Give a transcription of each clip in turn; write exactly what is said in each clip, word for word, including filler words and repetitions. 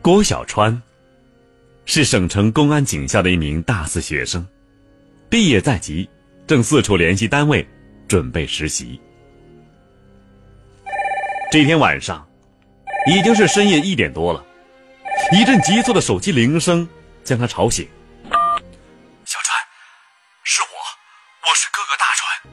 郭小川是省城公安警校的一名大四学生，毕业在即，正四处联系单位准备实习。这天晚上已经是深夜一点多了，一阵急促的手机铃声将他吵醒。 小川，是我，我是哥哥大川。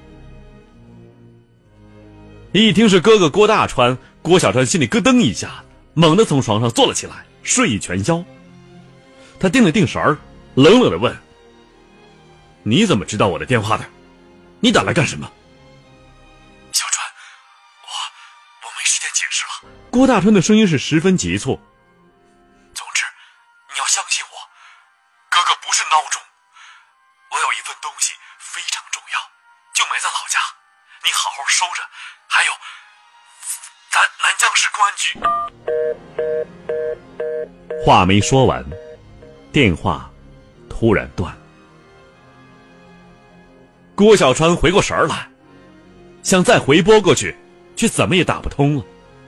一听是哥哥郭大川，郭小川心里咯噔一下，猛地从床上坐了起来，睡意全消。他定了定神儿，冷冷地问：你怎么知道我的电话的？你打来干什么？ 小川，我我没时间解释了。 郭大川的声音是十分急促。 总之你要相信我，哥哥不是孬种，我有一份东西非常重要，就埋在老家，你好好收着。还有咱南江市公安局。 话没说完，电话突然断了。郭小川回过神儿来，想再回拨过去，却怎么也打不通了。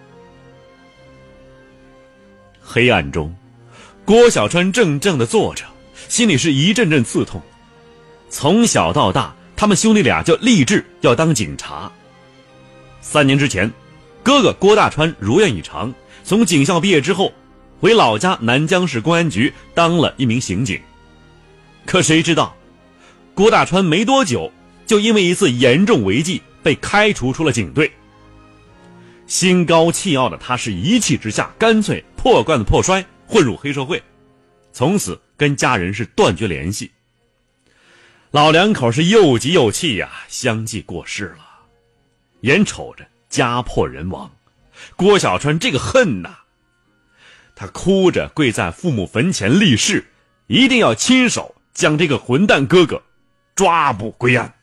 黑暗中，郭小川怔怔地坐着，心里是一阵阵刺痛。从小到大，他们兄弟俩就立志要当警察。三年之前，哥哥郭大川如愿以偿，从警校毕业之后，回老家南江市公安局当了一名刑警。可谁知道，郭大川没多久就因为一次严重违纪被开除出了警队。心高气傲的他是一气之下，干脆破罐子破摔，混入黑社会，从此跟家人是断绝联系。老两口是又急又气呀、啊，相继过世了。眼瞅着家破人亡，郭小川这个恨呐、啊！他哭着跪在父母坟前立誓，一定要亲手将这个混蛋哥哥抓捕归案。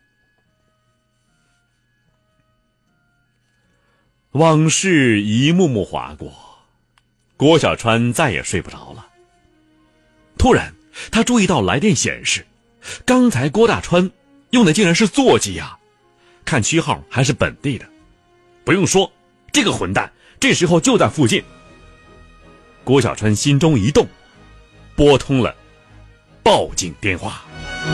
往事一幕幕划过，郭小川再也睡不着了。突然他注意到来电显示，刚才郭大川用的竟然是座机啊，看区号还是本地的。不用说，这个混蛋这时候就在附近。郭小川心中一动，拨通了报警电话。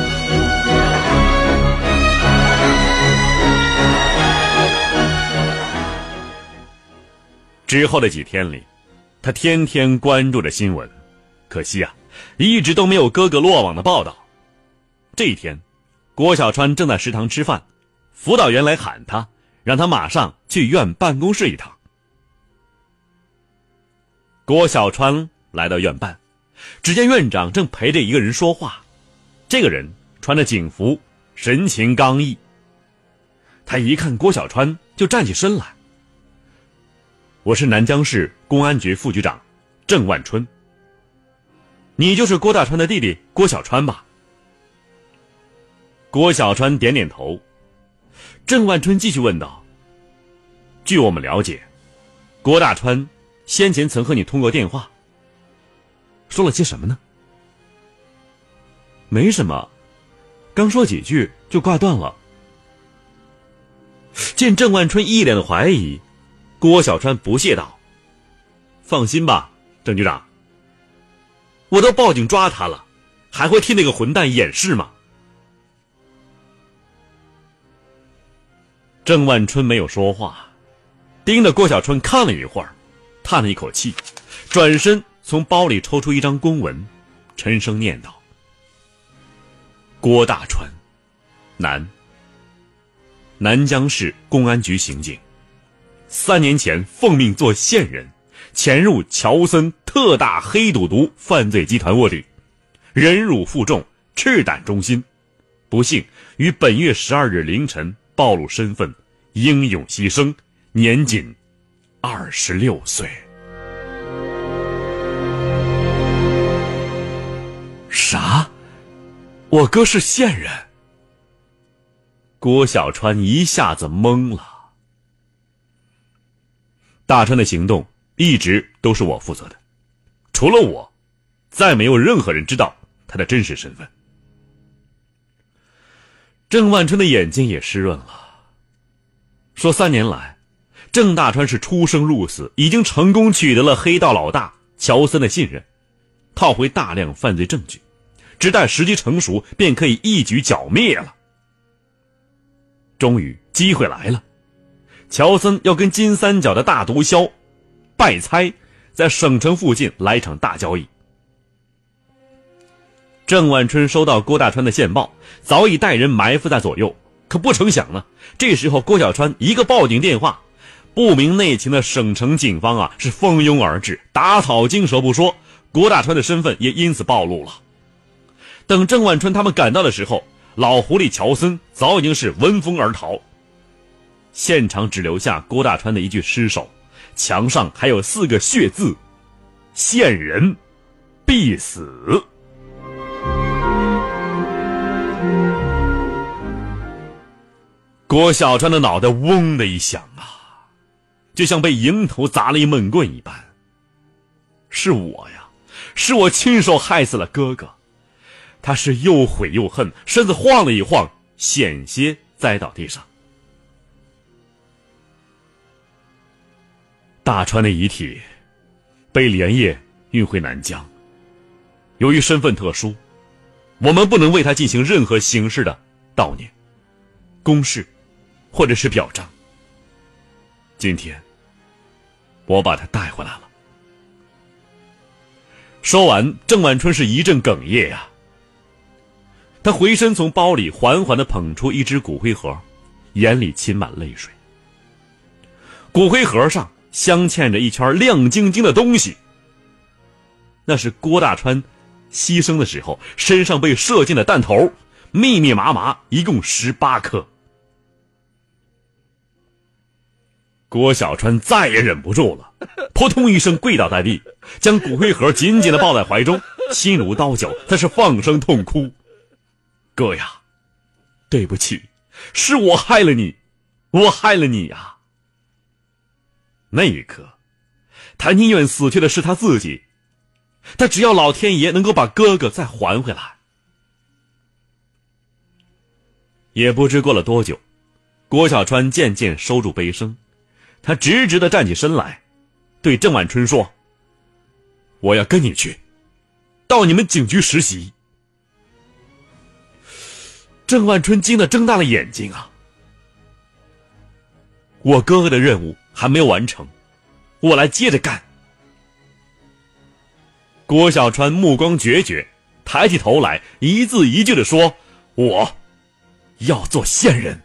之后的几天里，他天天关注着新闻，可惜啊，一直都没有哥哥落网的报道。这一天，郭小川正在食堂吃饭，辅导员来喊他，让他马上去院办公室一趟。郭小川来到院办，只见院长正陪着一个人说话，这个人穿着警服，神情刚毅。他一看郭小川就站起身来：我是南江市公安局副局长郑万春。你就是郭大川的弟弟郭小川吧？郭小川点点头。郑万春继续问道：据我们了解，郭大川先前曾和你通过电话，说了些什么呢？没什么，刚说几句就挂断了。见郑万春一脸的怀疑，郭小川不屑道：放心吧，郑局长，我都报警抓他了，还会替那个混蛋掩饰吗？郑万春没有说话，盯着郭小川看了一会儿，叹了一口气，转身从包里抽出一张公文，沉声念道：郭大川，男，南江市公安局刑警，三年前奉命做线人，潜入乔森特大黑赌毒犯罪集团卧底，忍辱负重，赤胆忠心，不幸于本月十二日凌晨暴露身份，英勇牺牲，年仅二十六岁。啥？我哥是线人？郭小川一下子懵了。大川的行动一直都是我负责的，除了我，再没有任何人知道他的真实身份。郑万春的眼睛也湿润了，说三年来，郑大川是出生入死，已经成功取得了黑道老大乔森的信任，套回大量犯罪证据，只待时机成熟便可以一举剿灭了。终于机会来了，乔森要跟金三角的大毒枭拜猜在省城附近来一场大交易。郑万春收到郭大川的线报，早已带人埋伏在左右，可不成想呢，这时候郭小川一个报警电话，不明内情的省城警方啊是蜂拥而至，打草惊蛇不说，郭大川的身份也因此暴露了。等郑万春他们赶到的时候，老狐狸乔森早已经是闻风而逃，现场只留下郭大川的一具尸首，墙上还有四个血字：陷人必死。郭小川的脑袋嗡的一响啊，就像被迎头砸了一闷棍一般。是我呀，是我亲手害死了哥哥。他是又悔又恨，身子晃了一晃，险些栽倒地上。大川的遗体被连夜运回南疆，由于身份特殊，我们不能为他进行任何形式的悼念、公示或者是表彰。今天我把他带回来了。说完，郑万春是一阵哽咽呀、啊。他回身从包里缓缓地捧出一只骨灰盒，眼里噙满泪水。骨灰盒上镶嵌着一圈亮晶晶的东西，那是郭大川牺牲的时候身上被射进的弹头，密密麻麻，一共十八颗。郭小川再也忍不住了，扑通一声跪倒在地，将骨灰盒紧紧地抱在怀中，心如刀绞，他是放声痛哭。哥呀，对不起，是我害了你，我害了你呀。那一刻，他宁愿死去的是他自己，他只要老天爷能够把哥哥再还回来。也不知过了多久，郭小川渐渐收住悲声，他直直地站起身来，对郑万春说：我要跟你去，到你们警局实习。郑万春惊得睁大了眼睛啊！我哥哥的任务还没有完成，我来接着干。郭小川目光决绝，抬起头来，一字一句地说：我要做线人。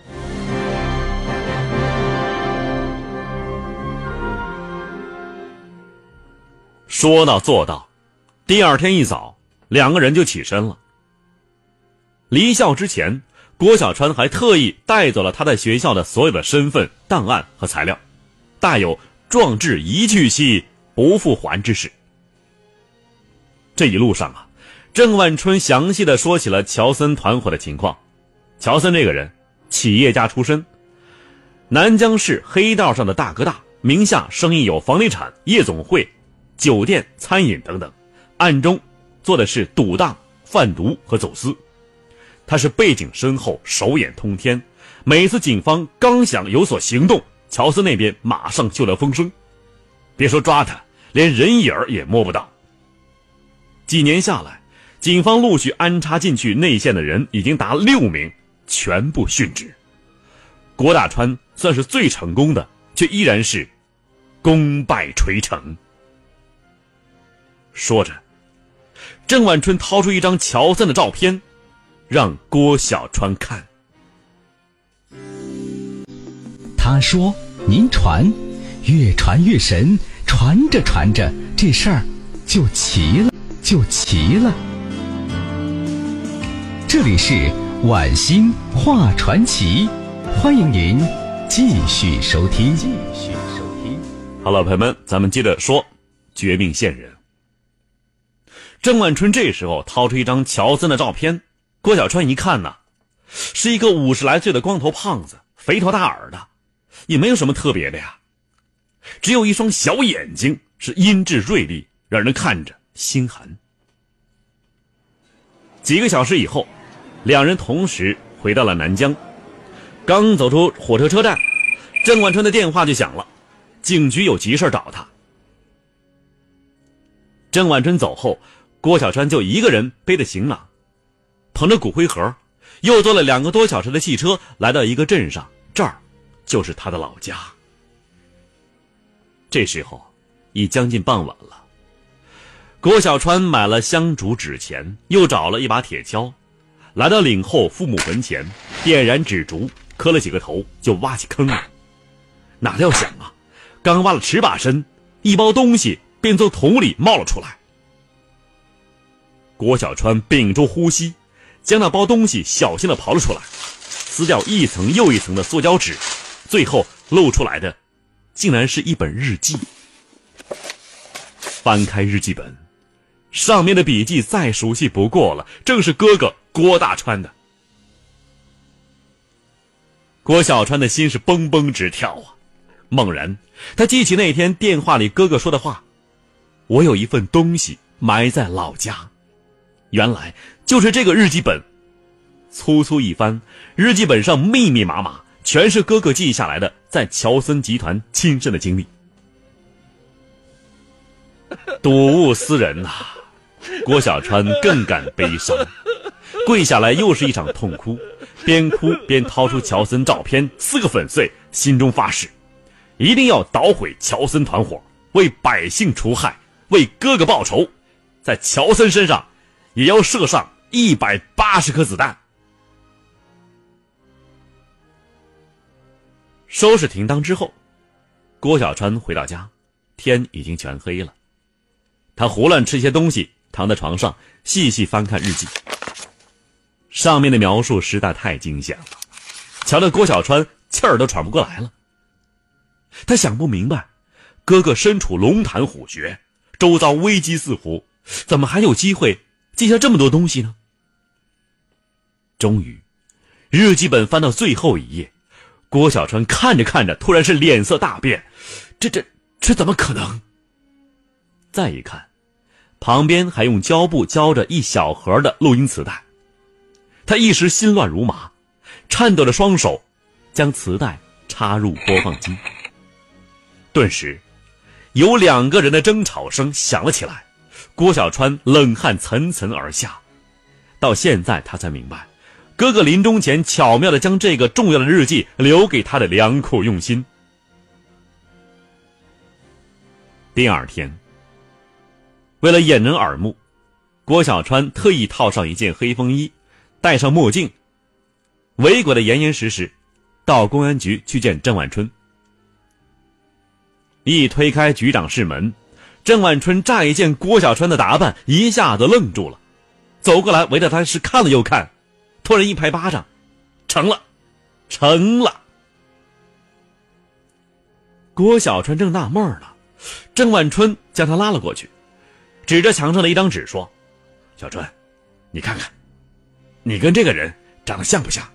说到做到，第二天一早，两个人就起身了。离校之前，郭小川还特意带走了他在学校的所有的身份、档案和材料，大有壮志一去兮不复还之势。这一路上啊，郑万春详细的说起了乔森团伙的情况。乔森这个人，企业家出身，南江市黑道上的大哥大，名下生意有房地产、夜总会、酒店、餐饮等等，暗中做的是赌档、贩毒和走私。他是背景深厚，手眼通天，每次警方刚想有所行动，乔森那边马上就来风声，别说抓他，连人影也摸不到。几年下来，警方陆续安插进去内线的人已经达六名，全部殉职。郭大川算是最成功的，却依然是功败垂成。说着，郑万春掏出一张乔森的照片，让郭小川看。 他说：“您传，越传越神，传着传着，这事儿就齐了，就齐了。”这里是晚星话传奇，欢迎您继续收听。继续收听。 好了，朋友们，咱们接着说绝命线人。郑万春这时候掏出一张乔森的照片，郭小川一看呢，是一个五十来岁的光头胖子，肥头大耳的，也没有什么特别的呀，只有一双小眼睛是阴鸷锐利，让人看着心寒。几个小时以后，两人同时回到了南疆。刚走出火车车站，郑万春的电话就响了，警局有急事找他。 郑万春走后，郭小川就一个人背着行囊，捧着骨灰盒，又坐了两个多小时的汽车来到一个镇上，这儿就是他的老家。这时候已将近傍晚了，郭小川买了香烛纸钱，又找了一把铁锹，来到岭后父母坟前，点燃纸烛，磕了几个头，就挖起坑来。哪料想啊，刚挖了尺把深，一包东西便从桶里冒了出来。郭小川屏住呼吸，将那包东西小心地刨了出来，撕掉一层又一层的塑胶纸，最后露出来的竟然是一本日记。翻开日记本，上面的笔记再熟悉不过了，正是哥哥郭大川的。郭小川的心是蹦蹦直跳啊！猛然他记起那天电话里哥哥说的话，我有一份东西埋在老家。原来就是这个日记本。粗粗一翻，日记本上密密麻麻全是哥哥记下来的在乔森集团亲身的经历。睹物思人啊，郭小川更感悲伤，跪下来又是一场痛哭，边哭边掏出乔森照片撕个粉碎，心中发誓一定要捣毁乔森团伙，为百姓除害，为哥哥报仇，在乔森身上也要射上一百八十颗子弹。收拾停当之后，郭小川回到家，天已经全黑了。他胡乱吃些东西，躺在床上细细翻看日记。上面的描述实在太惊险了，瞧得郭小川气儿都喘不过来了。他想不明白，哥哥身处龙潭虎穴，周遭危机四伏，怎么还有机会记下这么多东西呢？终于，日记本翻到最后一页，郭小川看着看着，突然是脸色大变，这这这怎么可能？再一看，旁边还用胶布胶着一小盒的录音磁带。他一时心乱如麻，颤抖着双手将磁带插入播放机。顿时有两个人的争吵声响了起来，郭小川冷汗涔涔而下。到现在他才明白，哥哥临终前巧妙地将这个重要的日记留给他的良苦用心。第二天，为了掩人耳目，郭小川特意套上一件黑风衣，戴上墨镜，围裹得严严实实，到公安局去见郑万春。一推开局长室门，郑万春乍一见郭小川的打扮，一下子愣住了，走过来围着他是看了又看，突然一拍巴掌，成了，成了。郭小川正纳闷呢，郑万春将他拉了过去，指着墙上的一张纸说：“小春，你看看，你跟这个人长得像不像？”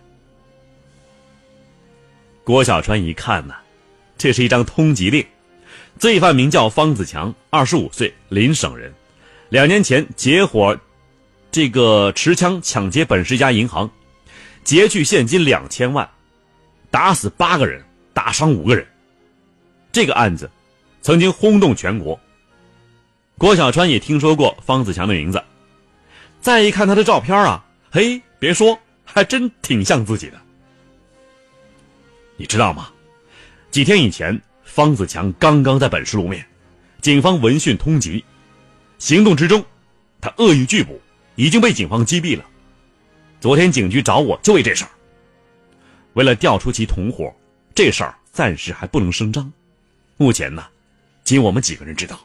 郭小川一看呢，这是一张通缉令，罪犯名叫方子强，二十五岁，邻省人，两年前结伙这个持枪抢劫本市一家银行，劫去现金两千万，打死八个人，打伤五个人。这个案子曾经轰动全国。郭小川也听说过方子强的名字，再一看他的照片啊，嘿，别说，还真挺像自己的。你知道吗？几天以前，方子强刚刚在本市露面，警方闻讯通缉，行动之中，他恶意拒捕，已经被警方击毙了。昨天警局找我就为这事儿。为了调出其同伙，这事儿暂时还不能声张。目前呢，仅我们几个人知道。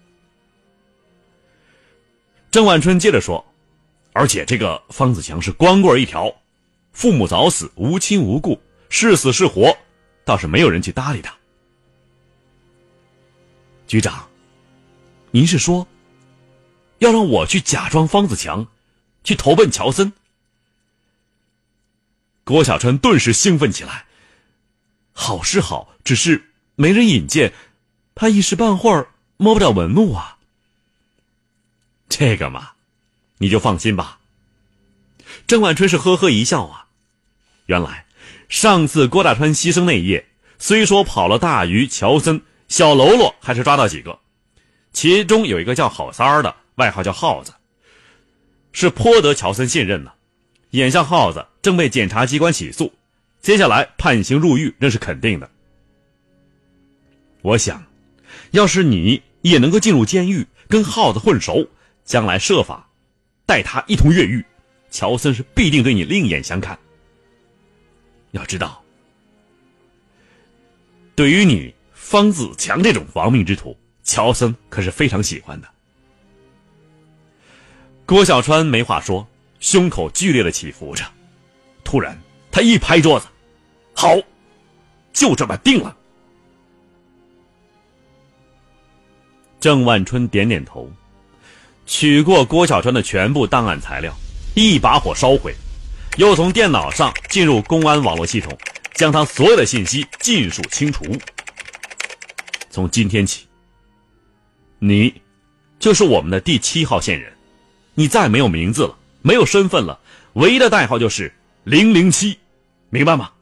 郑万春接着说，而且这个方子强是光棍一条，父母早死，无亲无故，是死是活，倒是没有人去搭理他。局长，您是说要让我去假装方子强，去投奔乔森？郭小川顿时兴奋起来，好是好，只是没人引荐，怕一时半会儿摸不着门路啊。这个嘛，你就放心吧。郑万春是呵呵一笑啊，原来上次郭大川牺牲那夜，虽说跑了大鱼、乔森、小喽啰还是抓到几个， 其中有一个叫郝三儿的，外号叫耗子，是颇得乔森信任的。眼下耗子正被检察机关起诉，接下来判刑入狱那是肯定的。我想，要是你也能够进入监狱，跟耗子混熟，将来设法带他一同越狱，乔森是必定对你另眼相看。要知道，对于你方子强这种亡命之徒，乔森可是非常喜欢的。郭小川没话说，胸口剧烈的起伏着。突然他一拍桌子，好，就这么定了。郑万春点点头，取过郭小川的全部档案材料，一把火烧毁，又从电脑上进入公安网络系统，将他所有的信息尽数清除。从今天起，你就是我们的第七号线人，你再没有名字了，没有身份了，唯一的代号就是零零七，明白吗？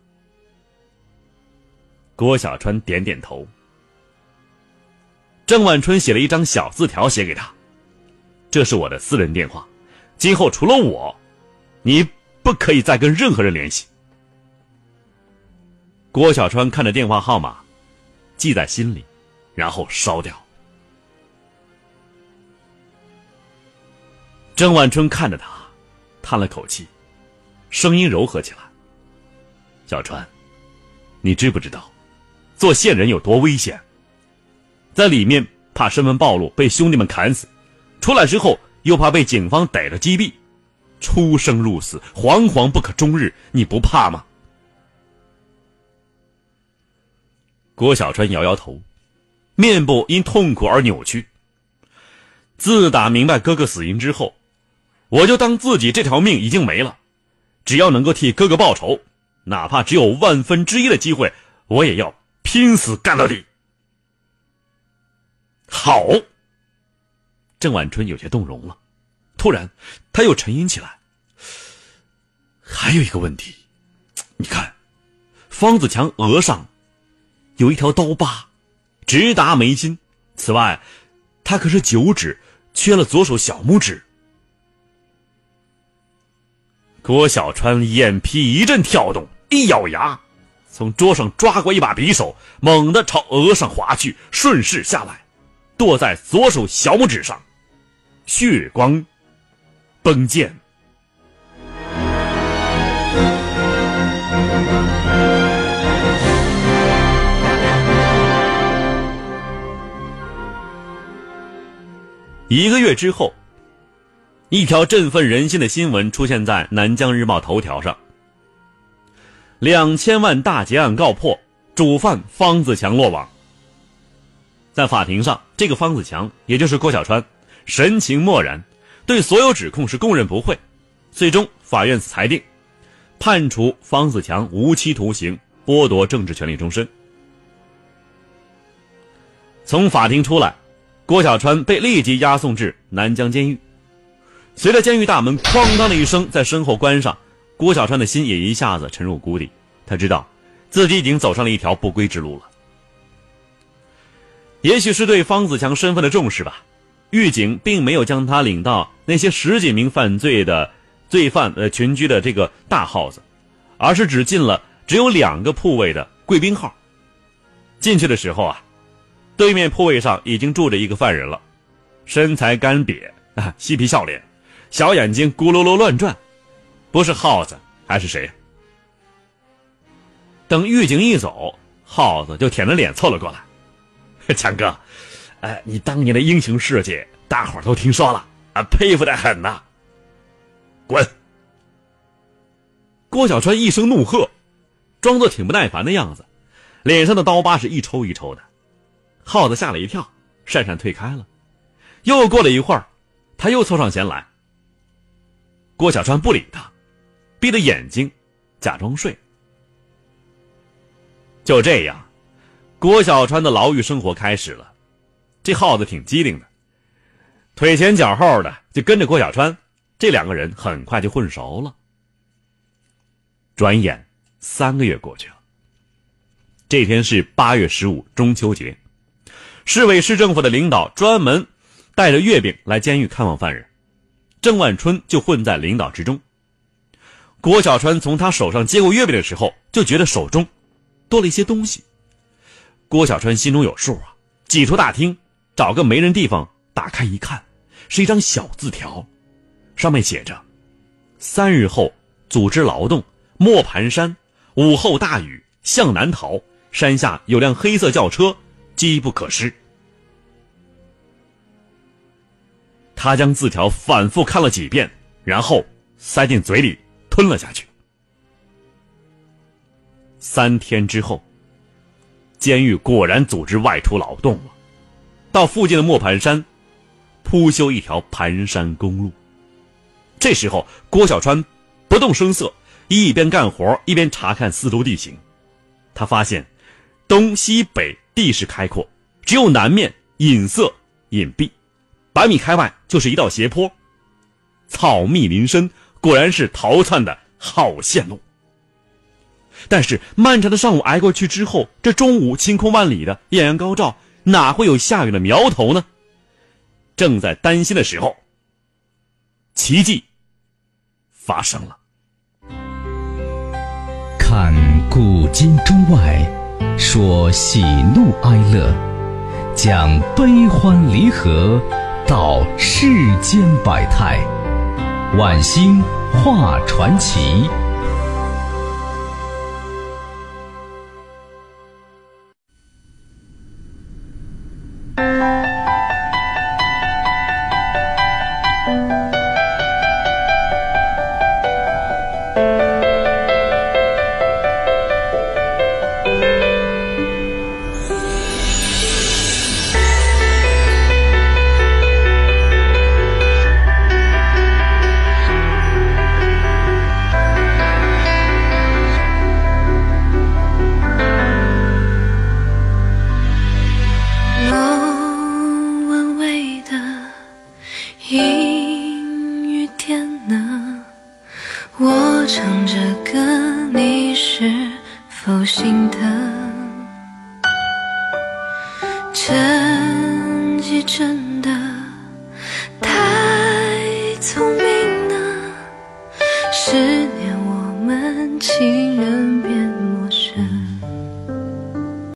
郭小川点点头。郑万春写了一张小字条写给他，这是我的私人电话，今后除了我，你不可以再跟任何人联系。郭小川看着电话号码，记在心里，然后烧掉。郑万春看着他，叹了口气，声音柔和起来。小川，你知不知道做线人有多危险？在里面怕身份暴露被兄弟们砍死，出来之后又怕被警方逮着击毙，出生入死，惶惶不可终日，你不怕吗？郭小川摇摇头，面部因痛苦而扭曲。自打明白哥哥死因之后，我就当自己这条命已经没了，只要能够替哥哥报仇，哪怕只有万分之一的机会，我也要拼死干到底。好。郑晚春有些动容了，突然他又沉吟起来。还有一个问题，你看，方子强额上有一条刀疤，直达眉心，此外他可是九指，缺了左手小拇指。郭小川眼皮一阵跳动，一咬牙，从桌上抓过一把匕首，猛地朝额上划去，顺势下来，剁在左手小拇指上，血光崩溅。一个月之后，一条振奋人心的新闻出现在南疆日报头条上。两千万大劫案告破，主犯方子强落网。在法庭上，这个方子强也就是郭小川神情漠然，对所有指控是供认不讳。最终法院裁定判处方子强无期徒刑，剥夺政治权利终身。从法庭出来，郭小川被立即押送至南疆监狱。随着监狱大门哐当的一声在身后关上，郭小川的心也一下子沉入谷底。他知道自己已经走上了一条不归之路了。也许是对方子强身份的重视吧，狱警并没有将他领到那些十几名犯罪的罪犯呃群居的这个大 house， 而是只进了只有两个铺位的贵宾号。进去的时候啊，对面铺位上已经住着一个犯人了，身材干瘪啊，嬉皮笑脸，小眼睛咕噜噜乱转，不是耗子还是谁？等狱警一走，耗子就舔着脸凑了过来。强哥，哎，你当年的英雄事迹大伙儿都听说了啊，佩服得很呐。滚！郭小川一声怒喝，装作挺不耐烦的样子，脸上的刀疤是一抽一抽的。耗子吓了一跳，讪讪退开了。又过了一会儿，他又凑上前来。郭小川不理他，闭着眼睛假装睡。就这样，郭小川的牢狱生活开始了。这耗子挺机灵的，腿前脚后的就跟着郭小川，这两个人很快就混熟了。转眼三个月过去了，这天是八月十五，中秋节。 市委市政府的领导专门带着月饼来监狱看望犯人，郑万春就混在领导之中。郭小川从他手上接过月饼的时候，就觉得手中多了一些东西。郭小川心中有数啊，挤出大厅，找个没人地方打开一看，是一张小字条，上面写着：三日后组织劳动，磨盘山，午后大雨，向南逃，山下有辆黑色轿车，机不可失。他将字条反复看了几遍，然后塞进嘴里吞了下去。三天之后，监狱果然组织外出劳动了，到附近的磨盘山铺修一条盘山公路。这时候郭小川不动声色，一边干活一边查看四周地形。他发现东西北地势开阔，只有南面隐色隐蔽，百米开外就是一道斜坡，草密林深，果然是逃窜的好线路。但是漫长的上午挨过去之后，这中午晴空万里的，艳阳高照，哪会有下雨的苗头呢？正在担心的时候，奇迹发生了。 看古今中外，说喜怒哀乐，讲悲欢离合，道世间百态，晚星画传奇。 唱着歌，你是否心疼？沉寂着